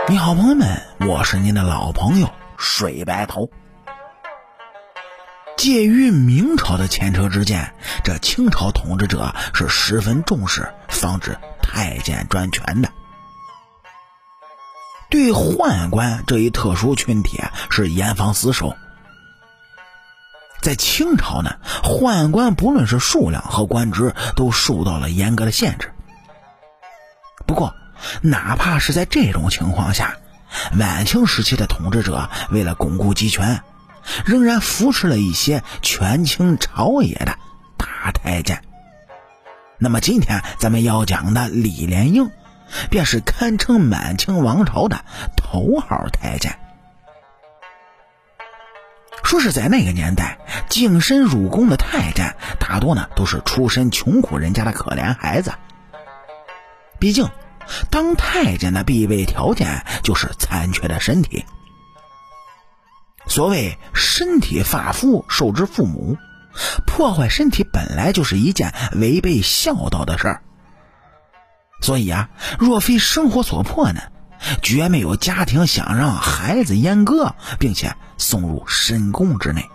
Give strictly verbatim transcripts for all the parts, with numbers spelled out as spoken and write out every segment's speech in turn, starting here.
你好朋友们，我是您的老朋友水白头。介于明朝的前车之鉴，这清朝统治者是十分重视防止太监专权的，对宦官这一特殊群体是严防死守。在清朝呢，宦官不论是数量和官职都受到了严格的限制。不过哪怕是在这种情况下，晚清时期的统治者为了巩固集权，仍然扶持了一些权倾朝野的大太监。那么今天咱们要讲的李莲英，便是堪称满清王朝的头号太监。说是在那个年代，净身入宫的太监大多呢都是出身穷苦人家的可怜孩子。毕竟当太监的必备条件就是残缺的身体。所谓身体发肤受之父母，破坏身体本来就是一件违背孝道的事儿。所以啊，若非生活所迫呢，绝没有家庭想让孩子阉割并且送入深宫之内。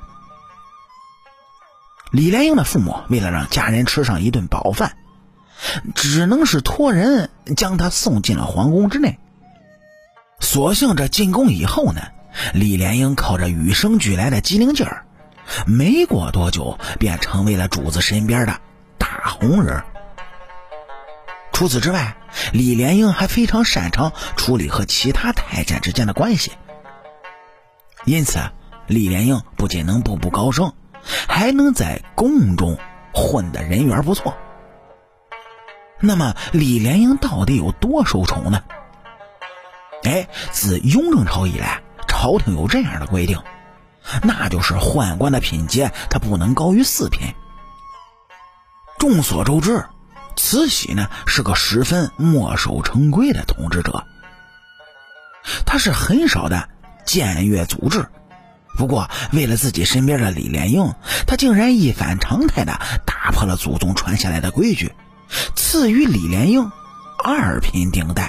李莲英的父母为了让家人吃上一顿饱饭，只能是托人将他送进了皇宫之内。所幸这进宫以后呢，李莲英靠着与生俱来的机灵劲儿，没过多久便成为了主子身边的大红人。除此之外，李莲英还非常擅长处理和其他太监之间的关系。因此李莲英不仅能步步高升，还能在宫中混得人缘不错。那么李莲英到底有多受宠呢？哎，自雍正朝以来，朝廷有这样的规定，那就是宦官的品阶他不能高于四品。众所周知，慈禧呢是个十分墨守成规的统治者，他是很少的僭越祖制。不过为了自己身边的李莲英，他竟然一反常态的打破了祖宗传下来的规矩，赐予李莲英二品顶戴。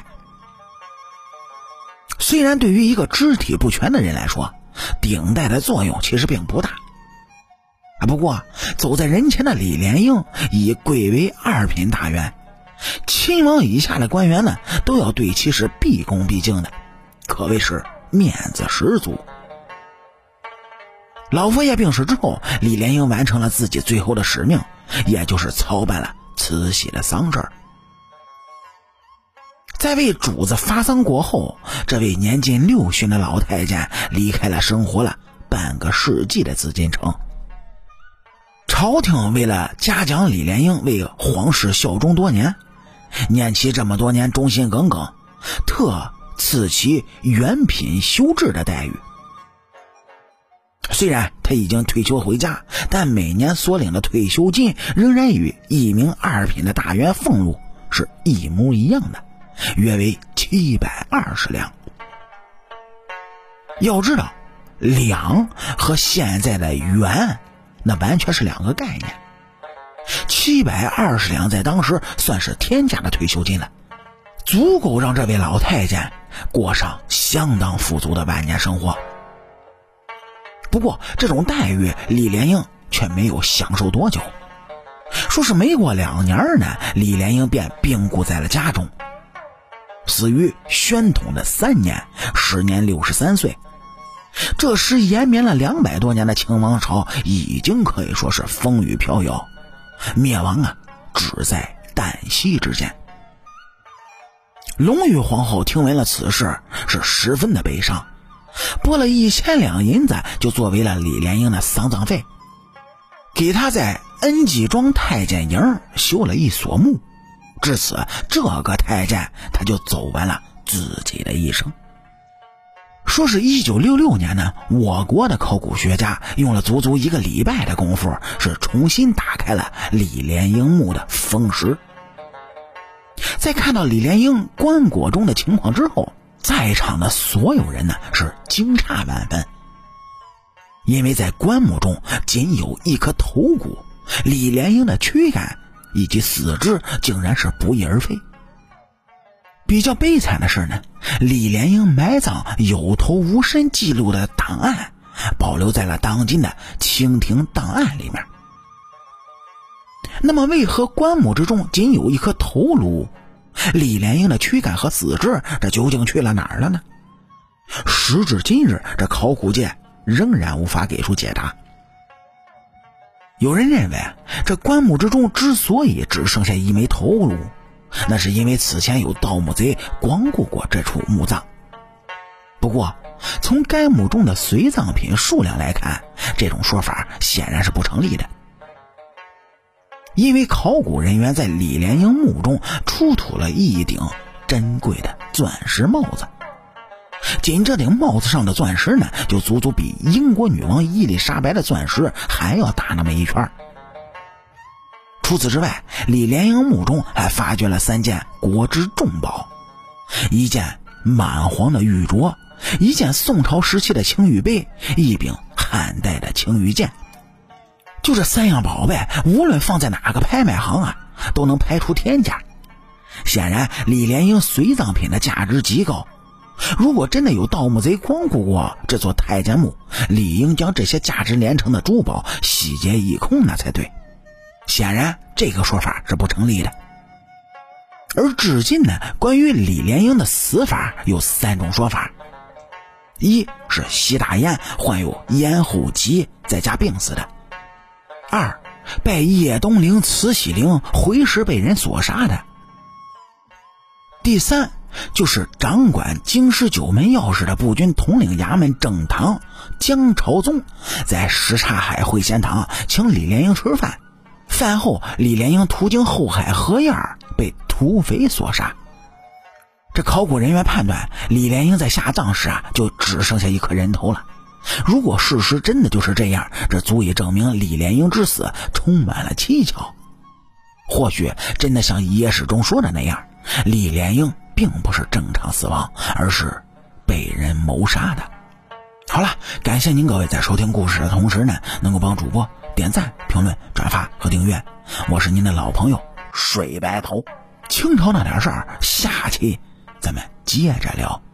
虽然对于一个肢体不全的人来说，顶戴的作用其实并不大，不过走在人前的李莲英已贵为二品大员，亲王以下的官员呢都要对其是毕恭毕敬的，可谓是面子十足。老佛爷病逝之后，李莲英完成了自己最后的使命，也就是操办了慈禧的丧事。在为主子发丧过后，这位年近六旬的老太监离开了生活了半个世纪的紫禁城。朝廷为了嘉奖李莲英为皇室效忠多年，念其这么多年忠心耿耿，特赐其原品修制的待遇。虽然他已经退休回家，但每年所领的退休金仍然与一名二品的大员俸禄是一模一样的，约为七百二十两。要知道，两和现在的元那完全是两个概念。七百二十两在当时算是天价的退休金了，足够让这位老太监过上相当富足的晚年生活。不过这种待遇李莲英却没有享受多久，说是没过两年呢，李莲英便病故在了家中，死于宣统的三年，时年六十三岁。这时延绵了两百多年的清王朝已经可以说是风雨飘摇，灭亡啊只在旦夕之间。隆裕皇后听闻了此事，是十分的悲伤，拨了一千两银子就作为了李莲英的丧葬费，给他在恩济庄太监营修了一所墓。至此这个太监他就走完了自己的一生。说是一九六六年呢，我国的考古学家用了足足一个礼拜的功夫，是重新打开了李莲英墓的封石。在看到李莲英棺椁中的情况之后，在场的所有人呢是惊诧万分，因为在棺木中仅有一颗头骨，李莲英的躯干以及四肢竟然是不翼而飞。 比较悲惨的是呢，李莲英埋葬有头无身记录的档案保留在了当今的清廷档案里面。那么为何棺木之中仅有一颗头颅？李莲英的躯干和死肢这究竟去了哪儿了呢？时至今日，这考古界仍然无法给出解答。有人认为这棺木之中之所以只剩下一枚头颅，那是因为此前有盗墓贼光顾过这处墓葬。不过从该墓中的随葬品数量来看，这种说法显然是不成立的。因为考古人员在李莲英墓中出土了一顶珍贵的钻石帽子，仅这顶帽子上的钻石呢，就足足比英国女王伊丽莎白的钻石还要大那么一圈。除此之外，李莲英墓中还发掘了三件国之重宝，一件满皇的玉镯，一件宋朝时期的青玉杯，一柄汉代的青玉剑。就这三样宝贝，无论放在哪个拍卖行啊，都能拍出天价。显然李莲英随葬品的价值极高，如果真的有盗墓贼光顾过这座太监墓，理应将这些价值连城的珠宝洗劫一空那才对。显然这个说法是不成立的。而至今呢，关于李莲英的死法有三种说法：一是吸大烟，患有咽喉疾在家病死的；二，被叶东陵、慈禧陵回时被人所杀的；第三，就是掌管京师九门钥匙的步军统领衙门正堂江朝宗在什刹海会仙堂请李莲英吃饭，饭后李莲英途经后海河沿被土匪所杀。这考古人员判断，李莲英在下葬时啊，就只剩下一颗人头了。如果事实真的就是这样，这足以证明李莲英之死充满了蹊跷。或许真的像野史中说的那样，李莲英并不是正常死亡，而是被人谋杀的。好了，感谢您各位在收听故事的同时呢，能够帮主播点赞、评论、转发和订阅。我是您的老朋友水白头。清朝那点事儿，下期咱们接着聊。